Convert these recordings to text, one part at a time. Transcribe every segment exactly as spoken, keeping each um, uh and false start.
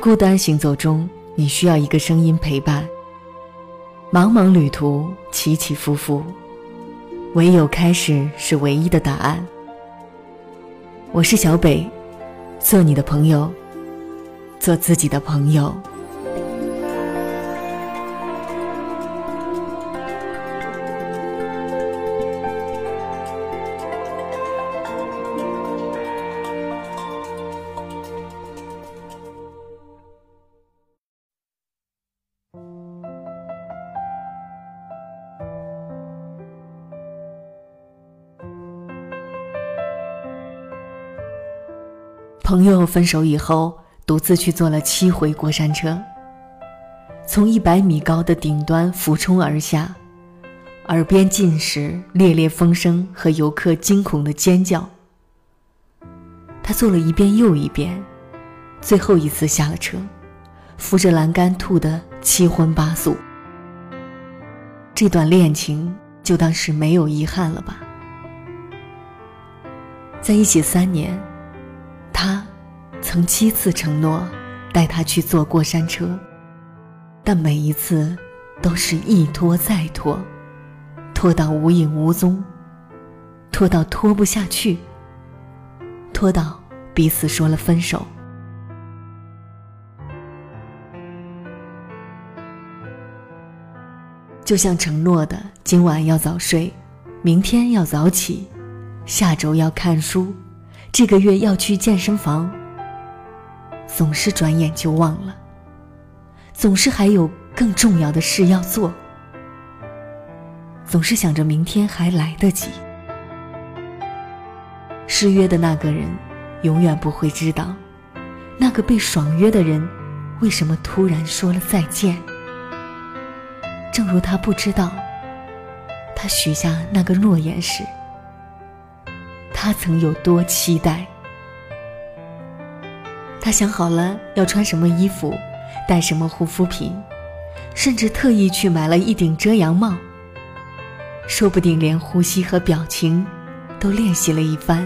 孤单行走中，你需要一个声音陪伴。茫茫旅途，起起伏伏，唯有开始是唯一的答案。我是小北，做你的朋友，做自己的朋友。朋友分手以后，独自去坐了七回过山车，从一百米高的顶端俯冲而下，耳边尽是烈烈风声和游客惊恐的尖叫。他坐了一遍又一遍，最后一次下了车，扶着栏杆吐得七荤八素。这段恋情就当是没有遗憾了吧。在一起三年，他曾七次承诺带他去坐过山车，但每一次都是一拖再拖，拖到无影无踪，拖到拖不下去，拖到彼此说了分手。就像承诺的今晚要早睡，明天要早起，下周要看书，这个月要去健身房，总是转眼就忘了，总是还有更重要的事要做，总是想着明天还来得及。失约的那个人永远不会知道，那个被爽约的人为什么突然说了再见。正如他不知道，他许下那个诺言时，他曾有多期待。他想好了要穿什么衣服，带什么护肤品，甚至特意去买了一顶遮阳帽，说不定连呼吸和表情都练习了一番。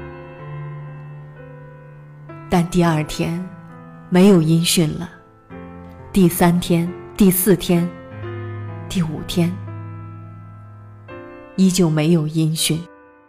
但第二天没有音讯了，第三天、第四天、第五天，依旧没有音讯。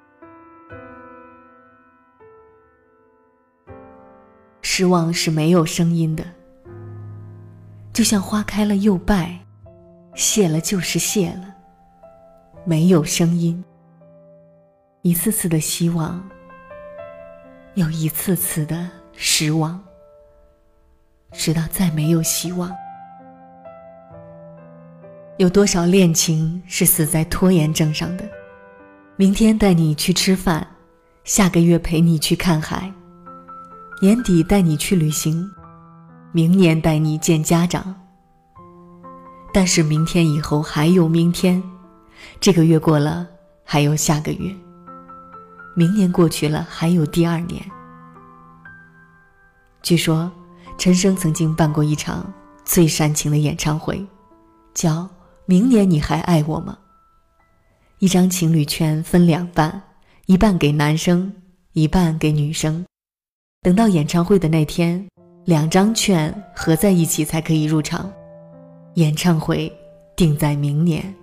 失望是没有声音的，就像花开了又败，谢了就是谢了，没有声音。一次次的希望，又一次次的失望，直到再没有希望。有多少恋情是死在拖延症上的？明天带你去吃饭，下个月陪你去看海，年底带你去旅行，明年带你见家长。但是明天以后还有明天，这个月过了还有下个月，明年过去了还有第二年。据说陈升曾经办过一场最煽情的演唱会，叫明年你还爱我吗？一张情侣券分两半，一半给男生，一半给女生。等到演唱会的那天，两张券合在一起才可以入场，演唱会定在明年。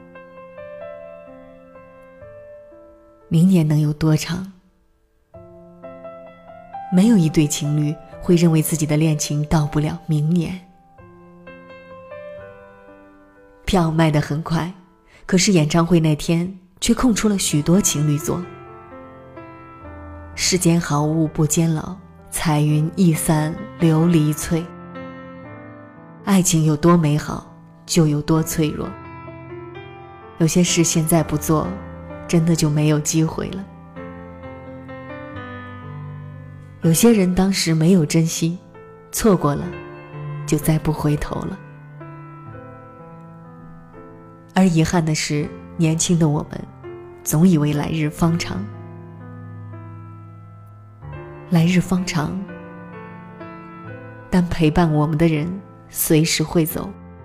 明年能有多长？没有一对情侣会认为自己的恋情到不了明年。票卖得很快，可是演唱会那天却空出了许多情侣座。世间好物不坚牢，彩云易散琉璃脆。爱情有多美好，就有多脆弱。有些事现在不做，真的就没有机会了。有些人当时没有珍惜，错过了，就再不回头了。而遗憾的是，年轻的我们总以为来日方长。来日方长，但陪伴我们的人随时会走。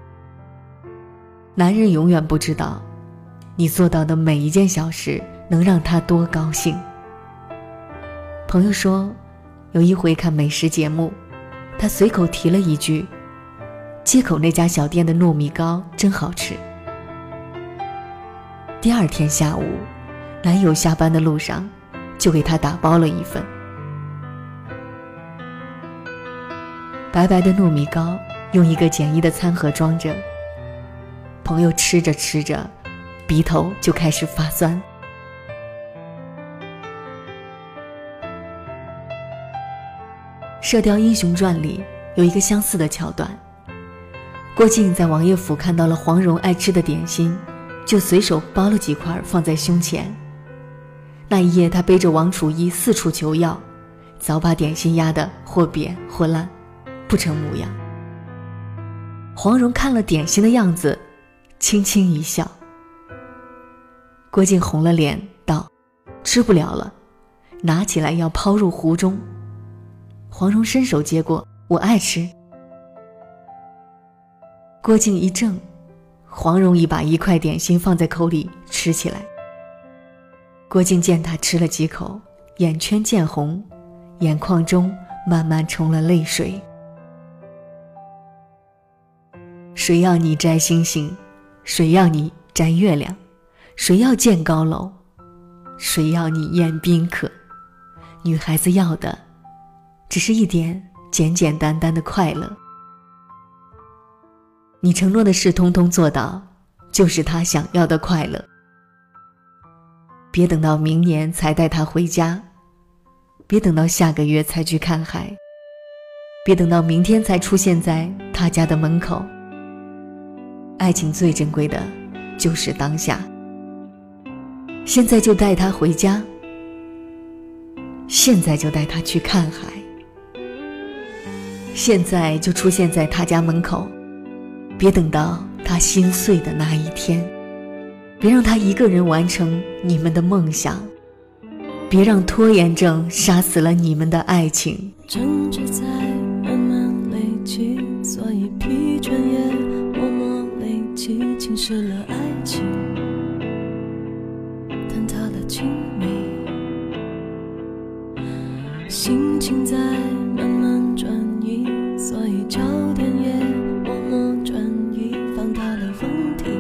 男人永远不知道，你做到的每一件小事能让他多高兴。朋友说，有一回看美食节目， 他随口提了一句，街口那家小店的糯米糕真好吃。第二天下午，男友下班的路上就给他打包了一份。白白的糯米糕用一个简易的餐盒装着，朋友吃着吃着，鼻头就开始发酸。《射雕英雄传》里有一个相似的桥段，郭靖在王爷府看到了黄蓉爱吃的点心，就随手包了几块放在胸前。那一夜他背着王楚一四处求药，早把点心压得或扁或烂，不成模样。黄蓉看了点心的样子，轻轻一笑。郭靖红了脸道：吃不了了，拿起来要抛入壶中。黄蓉伸手接过，我爱吃。郭靖一怔，黄蓉已把一块点心放在口里吃起来。郭靖见他吃了几口，眼圈渐红，眼眶中慢慢冲了泪水。谁要你摘星星，谁要你摘月亮，谁要建高楼，谁要你宴宾客。女孩子要的只是一点简简单单的快乐。你承诺的事通通做到，就是他想要的快乐。别等到明年才带他回家，别等到下个月才去看海，别等到明天才出现在他家的门口。爱情最珍贵的就是当下，现在就带他回家，现在就带他去看海，现在就出现在他家门口，别等到他心碎的那一天，别让他一个人完成你们的梦想，别让拖延症杀死了你们的爱情。 争执在慢慢累积，所以疲倦也默默累积，侵蚀了爱情，坍塌了亲密，心情在慢慢转移，所以焦点也默默转移，放大了问题，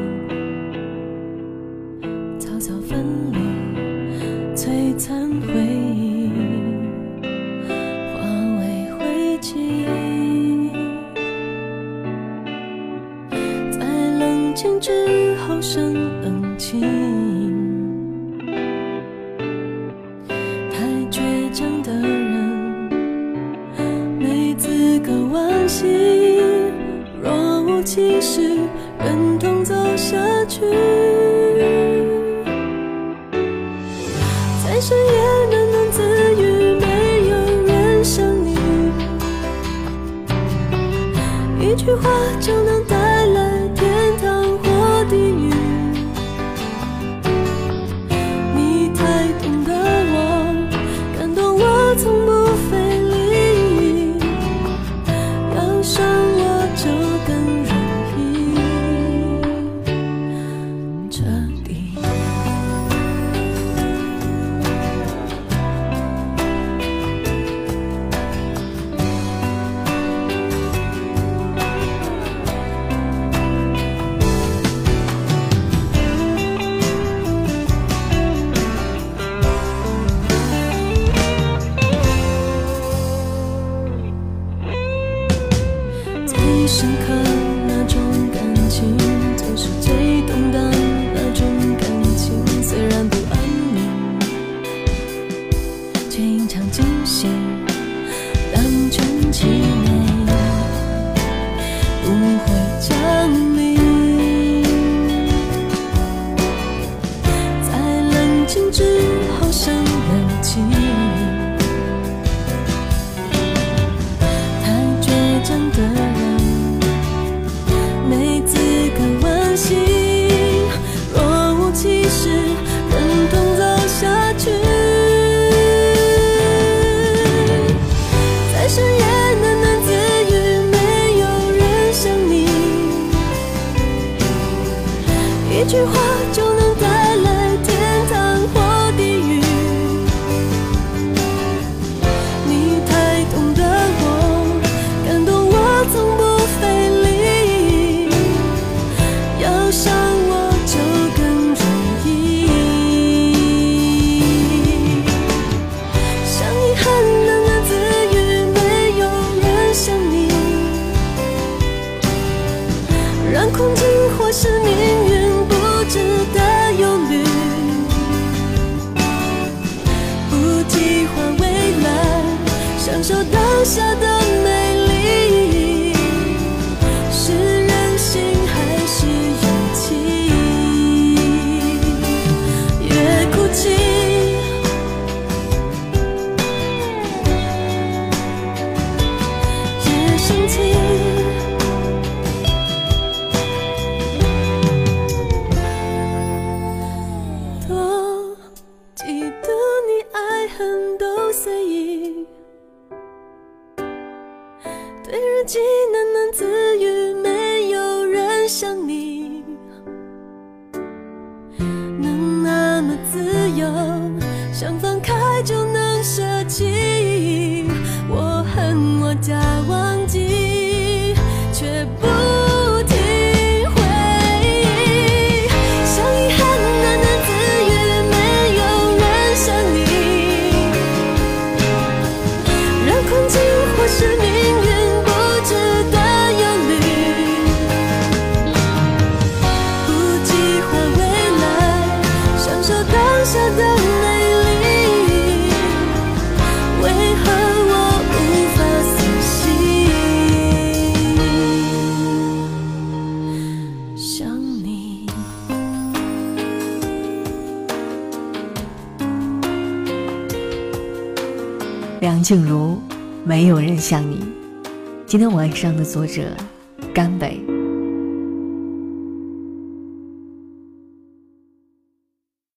草草分离，璀璨回忆化为灰烬，在冷静之后生冷清，太倔强的人没资格惋惜，若无其事忍痛走下去，在深夜喃喃自语，没有人想你，一句话就能带来天堂或地狱，你太懂得我，感动我从不费力，要伤我就更容易彻底。最深刻那种感情，就是最动荡那种感情，虽然不安宁，却隐藏惊喜，当全其美不会降临，在冷静之后生冷气，太倔强的人没资格惋惜，若无其事忍痛走下去，在深夜喃喃自憾喃喃自语，没有人像你，让困境或是命运不值得忧虑，不计划未来，享受当下的美丽，是任性还是勇气？越哭泣越生气，多记得你爱恨都随意，对日记喃喃自语，没有人像你能那么自由，想放开就能舍弃。我恨我假忘记，却不停回忆，像遗憾喃喃自语，没有人像你，让困境或是命运不值得忧虑，不计划未来，享受当下的美丽，为何我无法死心想你？ 梁静茹，没有人像你。今天晚上的作者甘北。